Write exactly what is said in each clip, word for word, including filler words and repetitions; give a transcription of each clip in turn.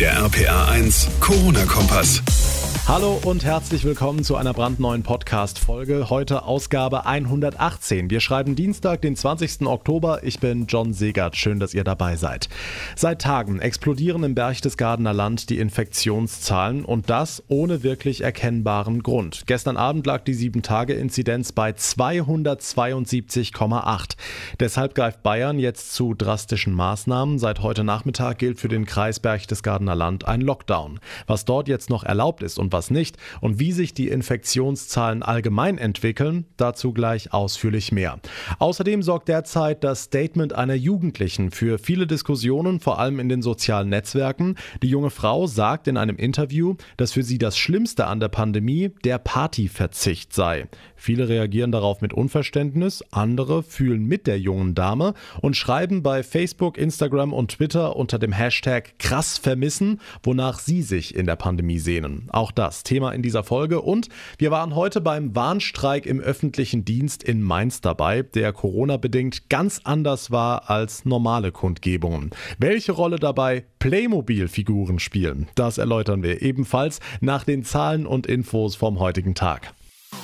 Der R P R eins Corona-Kompass. Hallo und herzlich willkommen zu einer brandneuen Podcast-Folge. Heute Ausgabe hundertachtzehn. Wir schreiben Dienstag, den zwanzigsten Oktober. Ich bin John Segert. Schön, dass ihr dabei seid. Seit Tagen explodieren im Berchtesgadener Land die Infektionszahlen und das ohne wirklich erkennbaren Grund. Gestern Abend lag die sieben Tage Inzidenz bei zweihundertzweiundsiebzig Komma acht. Deshalb greift Bayern jetzt zu drastischen Maßnahmen. Seit heute Nachmittag gilt für den Kreis Berchtesgadener Land ein Lockdown. Was dort jetzt noch erlaubt ist und was nicht und wie sich die Infektionszahlen allgemein entwickeln, dazu gleich ausführlich mehr. Außerdem sorgt derzeit das Statement einer Jugendlichen für viele Diskussionen, vor allem in den sozialen Netzwerken. Die junge Frau sagt in einem Interview, dass für sie das Schlimmste an der Pandemie der Partyverzicht sei. Viele reagieren darauf mit Unverständnis, andere fühlen mit der jungen Dame und schreiben bei Facebook, Instagram und Twitter unter dem Hashtag krass vermissen, wonach sie sich in der Pandemie sehnen. Auch das Thema in dieser Folge und wir waren heute beim Warnstreik im öffentlichen Dienst in Mainz dabei, der Corona-bedingt ganz anders war als normale Kundgebungen. Welche Rolle dabei Playmobil-Figuren spielen, das erläutern wir ebenfalls nach den Zahlen und Infos vom heutigen Tag.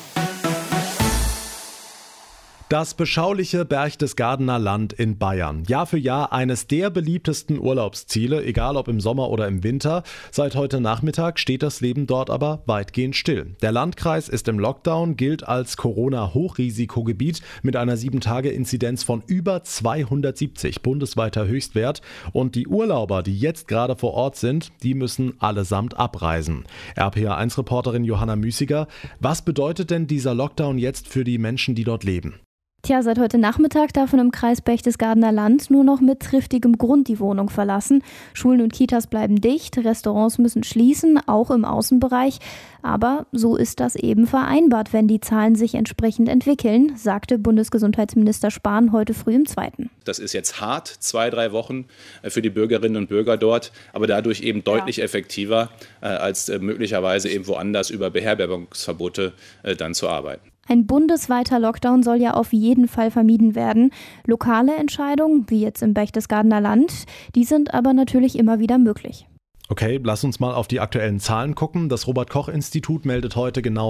Das beschauliche Berchtesgadener Land in Bayern. Jahr für Jahr eines der beliebtesten Urlaubsziele, egal ob im Sommer oder im Winter. Seit heute Nachmittag steht das Leben dort aber weitgehend still. Der Landkreis ist im Lockdown, gilt als Corona-Hochrisikogebiet mit einer sieben Tage Inzidenz von über zweihundertsiebzig, bundesweiter Höchstwert. Und die Urlauber, die jetzt gerade vor Ort sind, die müssen allesamt abreisen. R P R eins Reporterin Johanna Müßiger, was bedeutet denn dieser Lockdown jetzt für die Menschen, die dort leben? Tja, seit heute Nachmittag darf man im Kreis Berchtesgadener Land nur noch mit triftigem Grund die Wohnung verlassen. Schulen und Kitas bleiben dicht, Restaurants müssen schließen, auch im Außenbereich. Aber so ist das eben vereinbart, wenn die Zahlen sich entsprechend entwickeln, sagte Bundesgesundheitsminister Spahn heute früh im Zweiten. Das ist jetzt hart, zwei, drei Wochen für die Bürgerinnen und Bürger dort, aber dadurch eben deutlich ja. effektiver, als möglicherweise eben woanders über Beherbergungsverbote dann zu arbeiten. Ein bundesweiter Lockdown soll ja auf jeden Fall vermieden werden. Lokale Entscheidungen, wie jetzt im Berchtesgadener Land, die sind aber natürlich immer wieder möglich. Okay, lass uns mal auf die aktuellen Zahlen gucken. Das Robert-Koch-Institut meldet heute genau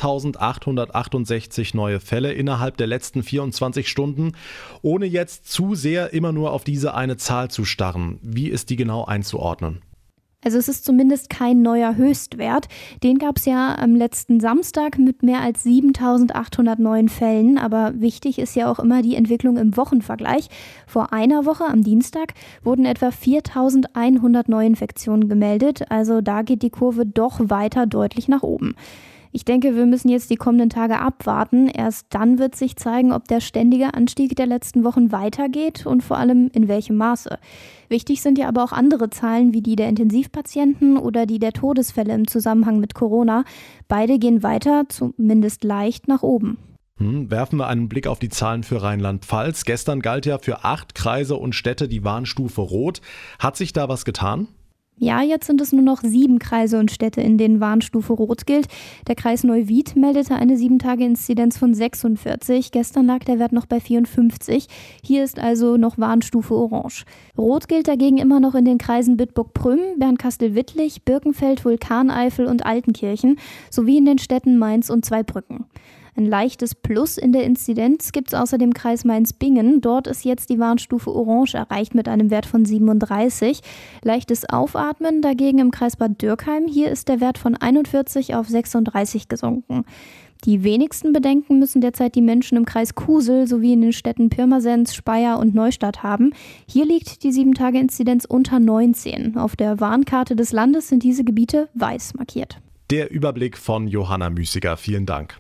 sechstausendachthundertachtundsechzig neue Fälle innerhalb der letzten vierundzwanzig Stunden, ohne jetzt zu sehr immer nur auf diese eine Zahl zu starren. Wie ist die genau einzuordnen? Also es ist zumindest kein neuer Höchstwert. Den gab es ja am letzten Samstag mit mehr als siebentausendachthundert neuen Fällen. Aber wichtig ist ja auch immer die Entwicklung im Wochenvergleich. Vor einer Woche am Dienstag wurden etwa viertausendeinhundert Neuinfektionen gemeldet. Also da geht die Kurve doch weiter deutlich nach oben. Ich denke, wir müssen jetzt die kommenden Tage abwarten. Erst dann wird sich zeigen, ob der ständige Anstieg der letzten Wochen weitergeht und vor allem in welchem Maße. Wichtig sind ja aber auch andere Zahlen wie die der Intensivpatienten oder die der Todesfälle im Zusammenhang mit Corona. Beide gehen weiter, zumindest leicht nach oben. Hm, werfen wir einen Blick auf die Zahlen für Rheinland-Pfalz. Gestern galt ja für acht Kreise und Städte die Warnstufe Rot. Hat sich da was getan? Ja, jetzt sind es nur noch sieben Kreise und Städte, in denen Warnstufe Rot gilt. Der Kreis Neuwied meldete eine sieben Tage Inzidenz von sechsundvierzig. Gestern lag der Wert noch bei vierundfünfzig. Hier ist also noch Warnstufe Orange. Rot gilt dagegen immer noch in den Kreisen Bitburg-Prüm, Bernkastel-Wittlich, Birkenfeld, Vulkaneifel und Altenkirchen sowie in den Städten Mainz und Zweibrücken. Ein leichtes Plus in der Inzidenz gibt es außer dem Kreis Mainz-Bingen. Dort ist jetzt die Warnstufe Orange erreicht mit einem Wert von siebenunddreißig. Leichtes Aufatmen dagegen im Kreis Bad Dürkheim. Hier ist der Wert von einundvierzig auf sechsunddreißig gesunken. Die wenigsten Bedenken müssen derzeit die Menschen im Kreis Kusel sowie in den Städten Pirmasens, Speyer und Neustadt haben. Hier liegt die sieben Tage Inzidenz unter neunzehn. Auf der Warnkarte des Landes sind diese Gebiete weiß markiert. Der Überblick von Johanna Müßiger. Vielen Dank.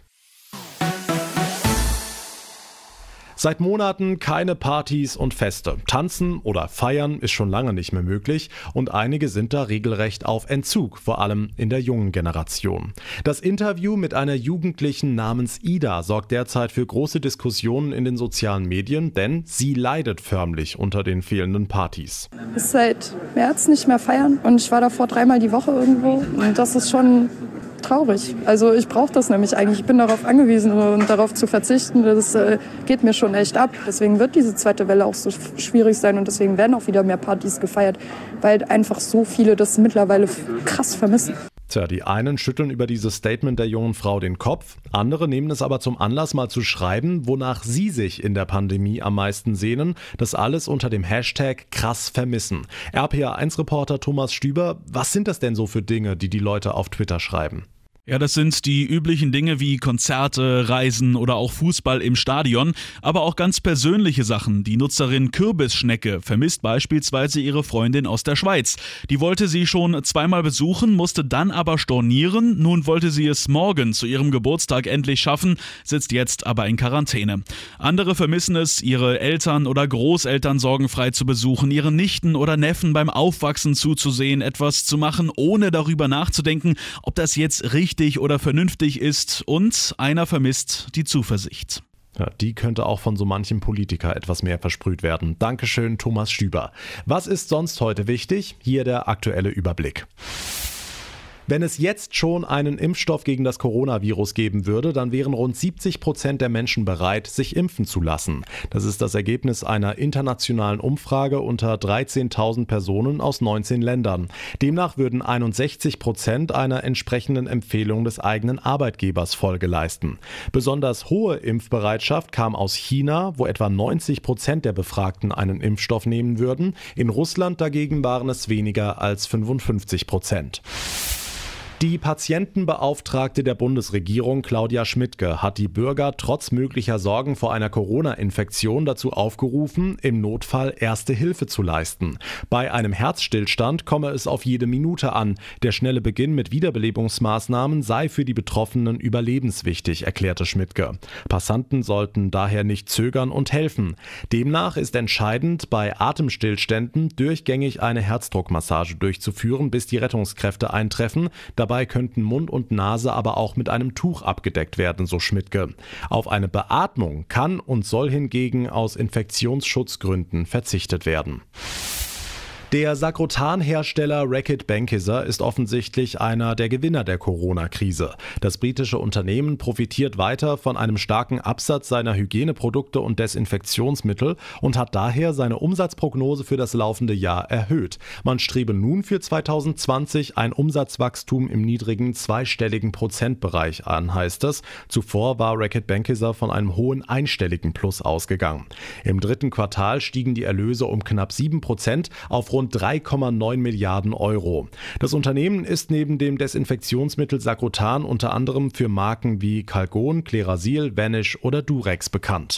Seit Monaten keine Partys und Feste. Tanzen oder feiern ist schon lange nicht mehr möglich und einige sind da regelrecht auf Entzug, vor allem in der jungen Generation. Das Interview mit einer Jugendlichen namens Ida sorgt derzeit für große Diskussionen in den sozialen Medien, denn sie leidet förmlich unter den fehlenden Partys. Ich seit März nicht mehr feiern und ich war davor dreimal die Woche irgendwo und das ist schon traurig. Also ich brauche das nämlich eigentlich. Ich bin darauf angewiesen und darauf zu verzichten, das äh, geht mir schon echt ab. Deswegen wird diese zweite Welle auch so schwierig sein und deswegen werden auch wieder mehr Partys gefeiert, weil einfach so viele das mittlerweile krass vermissen. Tja, die einen schütteln über dieses Statement der jungen Frau den Kopf, andere nehmen es aber zum Anlass, mal zu schreiben, wonach sie sich in der Pandemie am meisten sehnen. Das alles unter dem Hashtag krass vermissen. R P A eins Reporter Thomas Stüber, was sind das denn so für Dinge, die die Leute auf Twitter schreiben? Ja, das sind die üblichen Dinge wie Konzerte, Reisen oder auch Fußball im Stadion, aber auch ganz persönliche Sachen. Die Nutzerin Kürbisschnecke vermisst beispielsweise ihre Freundin aus der Schweiz. Die wollte sie schon zweimal besuchen, musste dann aber stornieren. Nun wollte sie es morgen zu ihrem Geburtstag endlich schaffen, sitzt jetzt aber in Quarantäne. Andere vermissen es, ihre Eltern oder Großeltern sorgenfrei zu besuchen, ihren Nichten oder Neffen beim Aufwachsen zuzusehen, etwas zu machen, ohne darüber nachzudenken, ob das jetzt richtig oder vernünftig ist, und einer vermisst die Zuversicht. Ja, die könnte auch von so manchem Politiker etwas mehr versprüht werden. Dankeschön, Thomas Stüber. Was ist sonst heute wichtig? Hier der aktuelle Überblick. Wenn es jetzt schon einen Impfstoff gegen das Coronavirus geben würde, dann wären rund siebzig Prozent der Menschen bereit, sich impfen zu lassen. Das ist das Ergebnis einer internationalen Umfrage unter dreizehntausend Personen aus neunzehn Ländern. Demnach würden einundsechzig Prozent einer entsprechenden Empfehlung des eigenen Arbeitgebers Folge leisten. Besonders hohe Impfbereitschaft kam aus China, wo etwa neunzig Prozent der Befragten einen Impfstoff nehmen würden. In Russland dagegen waren es weniger als fünfundfünfzig Prozent. Die Patientenbeauftragte der Bundesregierung Claudia Schmidtke hat die Bürger trotz möglicher Sorgen vor einer Corona-Infektion dazu aufgerufen, im Notfall Erste Hilfe zu leisten. Bei einem Herzstillstand komme es auf jede Minute an. Der schnelle Beginn mit Wiederbelebungsmaßnahmen sei für die Betroffenen überlebenswichtig, erklärte Schmidtke. Passanten sollten daher nicht zögern und helfen. Demnach ist entscheidend, bei Atemstillständen durchgängig eine Herzdruckmassage durchzuführen, bis die Rettungskräfte eintreffen. Dabei könnten Mund und Nase aber auch mit einem Tuch abgedeckt werden, so Schmidtke. Auf eine Beatmung kann und soll hingegen aus Infektionsschutzgründen verzichtet werden. Der Sakrotan-Hersteller Reckitt Benckiser ist offensichtlich einer der Gewinner der Corona-Krise. Das britische Unternehmen profitiert weiter von einem starken Absatz seiner Hygieneprodukte und Desinfektionsmittel und hat daher seine Umsatzprognose für das laufende Jahr erhöht. Man strebe nun für zweitausendzwanzig ein Umsatzwachstum im niedrigen zweistelligen Prozentbereich an, heißt es. Zuvor war Reckitt Benckiser von einem hohen einstelligen Plus ausgegangen. Im dritten Quartal stiegen die Erlöse um knapp sieben Prozent auf rund drei Komma neun Milliarden Euro. Das Unternehmen ist neben dem Desinfektionsmittel Sakrotan unter anderem für Marken wie Calgon, Klerasil, Vanish oder Durex bekannt.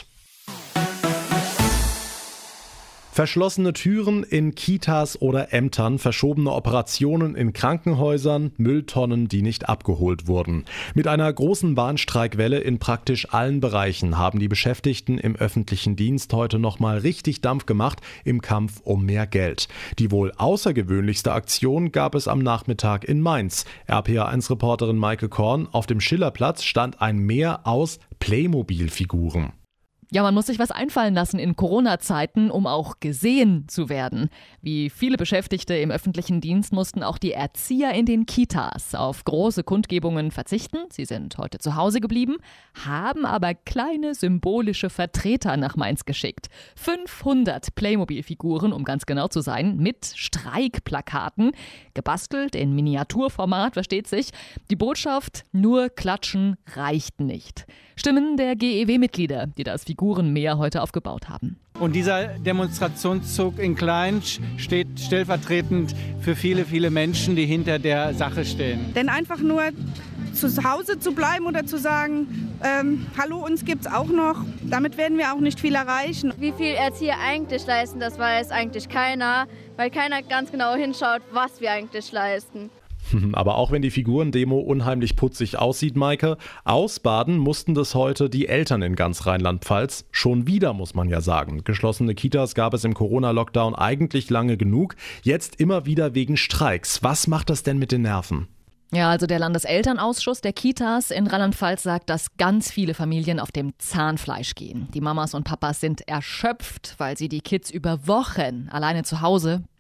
Verschlossene Türen in Kitas oder Ämtern, verschobene Operationen in Krankenhäusern, Mülltonnen, die nicht abgeholt wurden. Mit einer großen Warnstreikwelle in praktisch allen Bereichen haben die Beschäftigten im öffentlichen Dienst heute nochmal richtig Dampf gemacht im Kampf um mehr Geld. Die wohl außergewöhnlichste Aktion gab es am Nachmittag in Mainz. R P A eins Reporterin Maike Korn: Auf dem Schillerplatz stand ein Meer aus Playmobil-Figuren. Ja, man muss sich was einfallen lassen in Corona-Zeiten, um auch gesehen zu werden. Wie viele Beschäftigte im öffentlichen Dienst mussten auch die Erzieher in den Kitas auf große Kundgebungen verzichten. Sie sind heute zu Hause geblieben, haben aber kleine symbolische Vertreter nach Mainz geschickt. fünfhundert Playmobil-Figuren, um ganz genau zu sein, mit Streikplakaten, gebastelt in Miniaturformat, versteht sich. Die Botschaft: nur klatschen reicht nicht. Stimmen der G E W-Mitglieder, die das Figurenmeer heute aufgebaut haben. Und dieser Demonstrationszug in Klein steht stellvertretend für viele, viele Menschen, die hinter der Sache stehen. Denn einfach nur zu Hause zu bleiben oder zu sagen, ähm, hallo, uns gibt's auch noch, damit werden wir auch nicht viel erreichen. Wie viel Erzieher eigentlich leisten, das weiß eigentlich keiner, weil keiner ganz genau hinschaut, was wir eigentlich leisten. Aber auch wenn die Figurendemo unheimlich putzig aussieht, Maike, ausbaden mussten das heute die Eltern in ganz Rheinland-Pfalz. Schon wieder, muss man ja sagen. Geschlossene Kitas gab es im Corona-Lockdown eigentlich lange genug. Jetzt immer wieder wegen Streiks. Was macht das denn mit den Nerven? Ja, also der Landeselternausschuss der Kitas in Rheinland-Pfalz sagt, dass ganz viele Familien auf dem Zahnfleisch gehen. Die Mamas und Papas sind erschöpft, weil sie die Kids über Wochen alleine zu Hause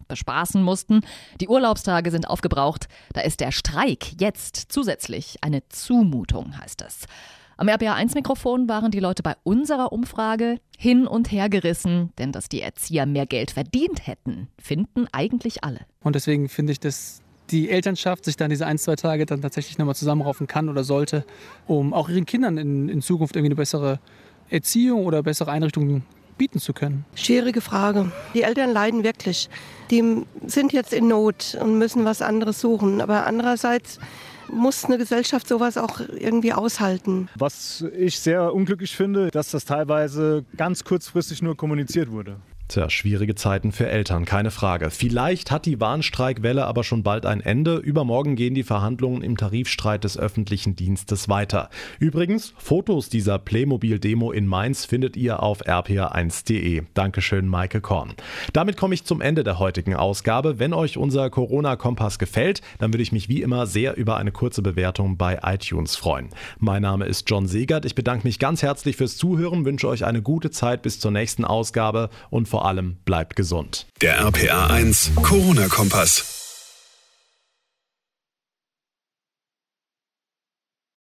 bespaßen mussten. Die Urlaubstage sind aufgebraucht. Da ist der Streik jetzt zusätzlich eine Zumutung, heißt es. Am R P A eins Mikrofon waren die Leute bei unserer Umfrage hin und her gerissen, denn dass die Erzieher mehr Geld verdient hätten, finden eigentlich alle. Und deswegen finde ich, dass die Elternschaft sich dann diese ein, zwei Tage dann tatsächlich nochmal zusammenraufen kann oder sollte, um auch ihren Kindern in, in Zukunft irgendwie eine bessere Erziehung oder bessere Einrichtungen bieten zu können. Schwierige Frage. Die Eltern leiden wirklich. Die sind jetzt in Not und müssen was anderes suchen. Aber andererseits muss eine Gesellschaft sowas auch irgendwie aushalten. Was ich sehr unglücklich finde, dass das teilweise ganz kurzfristig nur kommuniziert wurde. Tja, schwierige Zeiten für Eltern, keine Frage. Vielleicht hat die Warnstreikwelle aber schon bald ein Ende. Übermorgen gehen die Verhandlungen im Tarifstreit des öffentlichen Dienstes weiter. Übrigens, Fotos dieser Playmobil-Demo in Mainz findet ihr auf r p a eins punkt d e. Dankeschön, Maike Korn. Damit komme ich zum Ende der heutigen Ausgabe. Wenn euch unser Corona-Kompass gefällt, dann würde ich mich wie immer sehr über eine kurze Bewertung bei iTunes freuen. Mein Name ist John Segert. Ich bedanke mich ganz herzlich fürs Zuhören, wünsche euch eine gute Zeit bis zur nächsten Ausgabe und vor allem bleibt gesund. Der R P A eins Corona-Kompass.